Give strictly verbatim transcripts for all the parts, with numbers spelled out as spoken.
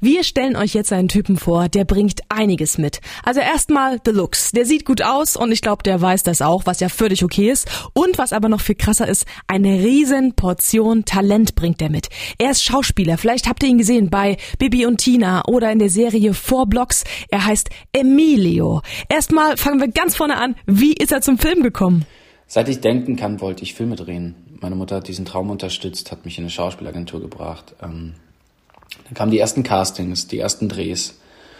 Wir stellen euch jetzt einen Typen vor, der bringt einiges mit. Also erstmal the looks. Der sieht gut aus und ich glaube, der weiß das auch, was ja völlig okay ist. Und was aber noch viel krasser ist, eine riesen Portion Talent bringt er mit. Er ist Schauspieler, vielleicht habt ihr ihn gesehen bei Bibi und Tina oder in der Serie Four Blocks. Er heißt Emilio. Erstmal fangen wir ganz vorne an. Wie ist er zum Film gekommen? Seit ich denken kann, wollte ich Filme drehen. Meine Mutter hat diesen Traum unterstützt, hat mich in eine Schauspielagentur gebracht. Ähm, dann kamen die ersten Castings, die ersten Drehs.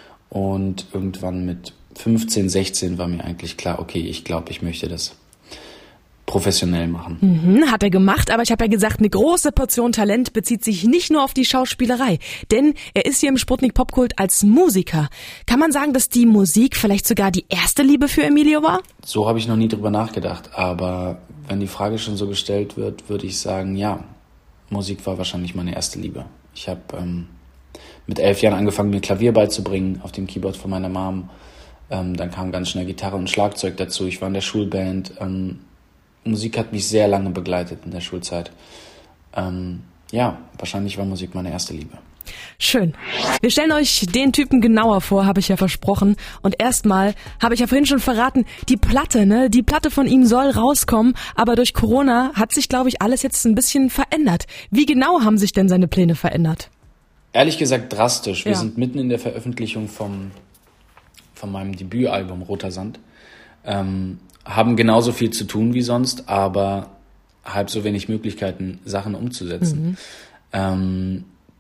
Und irgendwann mit fünfzehn, sechzehn war mir eigentlich klar, okay, ich glaube, ich möchte das professionell machen. Mhm, hat er gemacht, aber ich habe ja gesagt, eine große Portion Talent bezieht sich nicht nur auf die Schauspielerei, denn er ist hier im Sputnik Popkult als Musiker. Kann man sagen, dass die Musik vielleicht sogar die erste Liebe für Emilio war? So habe ich noch nie drüber nachgedacht, aber wenn die Frage schon so gestellt wird, würde ich sagen, ja, Musik war wahrscheinlich meine erste Liebe. Ich habe ähm, mit elf Jahren angefangen, mir Klavier beizubringen auf dem Keyboard von meiner Mom. Ähm, dann kam ganz schnell Gitarre und Schlagzeug dazu. Ich war in der Schulband. Ähm, Musik hat mich sehr lange begleitet in der Schulzeit. Ähm, ja, wahrscheinlich war Musik meine erste Liebe. Schön. Wir stellen euch den Typen genauer vor, habe ich ja versprochen. Und erstmal habe ich ja vorhin schon verraten, die Platte, ne? Die Platte von ihm soll rauskommen, aber durch Corona hat sich, glaube ich, alles jetzt ein bisschen verändert. Wie genau haben sich denn seine Pläne verändert? Ehrlich gesagt drastisch. Wir ja. sind mitten in der Veröffentlichung vom, von meinem Debütalbum Roter Sand. Ähm, haben genauso viel zu tun wie sonst, aber halb so wenig Möglichkeiten, Sachen umzusetzen. Mhm. Ähm,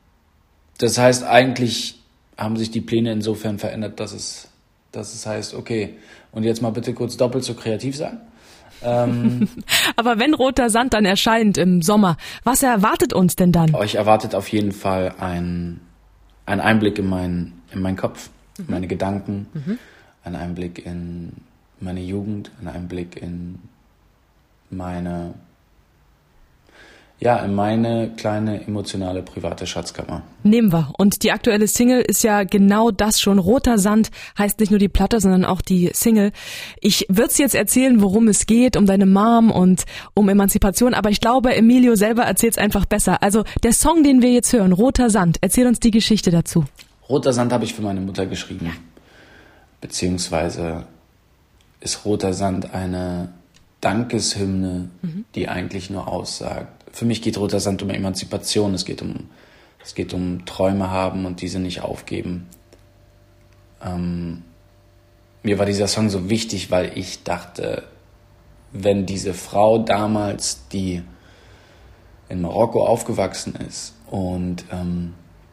das heißt, eigentlich haben sich die Pläne insofern verändert, dass es, dass es heißt, okay, und jetzt mal bitte kurz doppelt so kreativ sein. Ähm, aber wenn Roter Sand dann erscheint im Sommer, was erwartet uns denn dann? Euch erwartet auf jeden Fall ein, ein Einblick in, mein, in meinen Kopf, mhm. meine Gedanken, mhm. ein Einblick in meine Jugend, ein Einblick in meine, ja, in meine kleine emotionale private Schatzkammer. Nehmen wir. Und die aktuelle Single ist ja genau das schon. Roter Sand heißt nicht nur die Platte, sondern auch die Single. Ich würde es jetzt erzählen, worum es geht, um deine Mom und um Emanzipation, aber ich glaube, Emilio selber erzählt es einfach besser. Also der Song, den wir jetzt hören, Roter Sand, erzähl uns die Geschichte dazu. Roter Sand habe ich für meine Mutter geschrieben, beziehungsweise ist Roter Sand eine Dankeshymne, mhm. die eigentlich nur aussagt. Für mich geht Roter Sand um Emanzipation, es geht um, es geht um Träume haben und diese nicht aufgeben. Ähm, mir war dieser Song so wichtig, weil ich dachte, wenn diese Frau damals, die in Marokko aufgewachsen ist und ähm,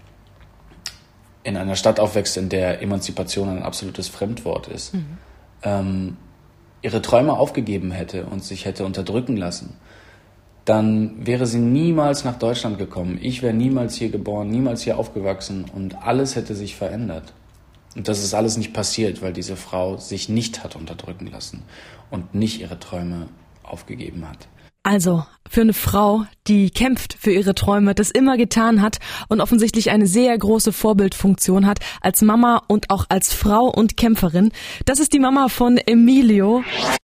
in einer Stadt aufwächst, in der Emanzipation ein absolutes Fremdwort ist, mhm. ähm, ihre Träume aufgegeben hätte und sich hätte unterdrücken lassen, dann wäre sie niemals nach Deutschland gekommen. Ich wäre niemals hier geboren, niemals hier aufgewachsen und alles hätte sich verändert. Und das ist alles nicht passiert, weil diese Frau sich nicht hat unterdrücken lassen und nicht ihre Träume aufgegeben hat. Also für eine Frau, die kämpft für ihre Träume, das immer getan hat und offensichtlich eine sehr große Vorbildfunktion hat als Mama und auch als Frau und Kämpferin. Das ist die Mama von Emilio.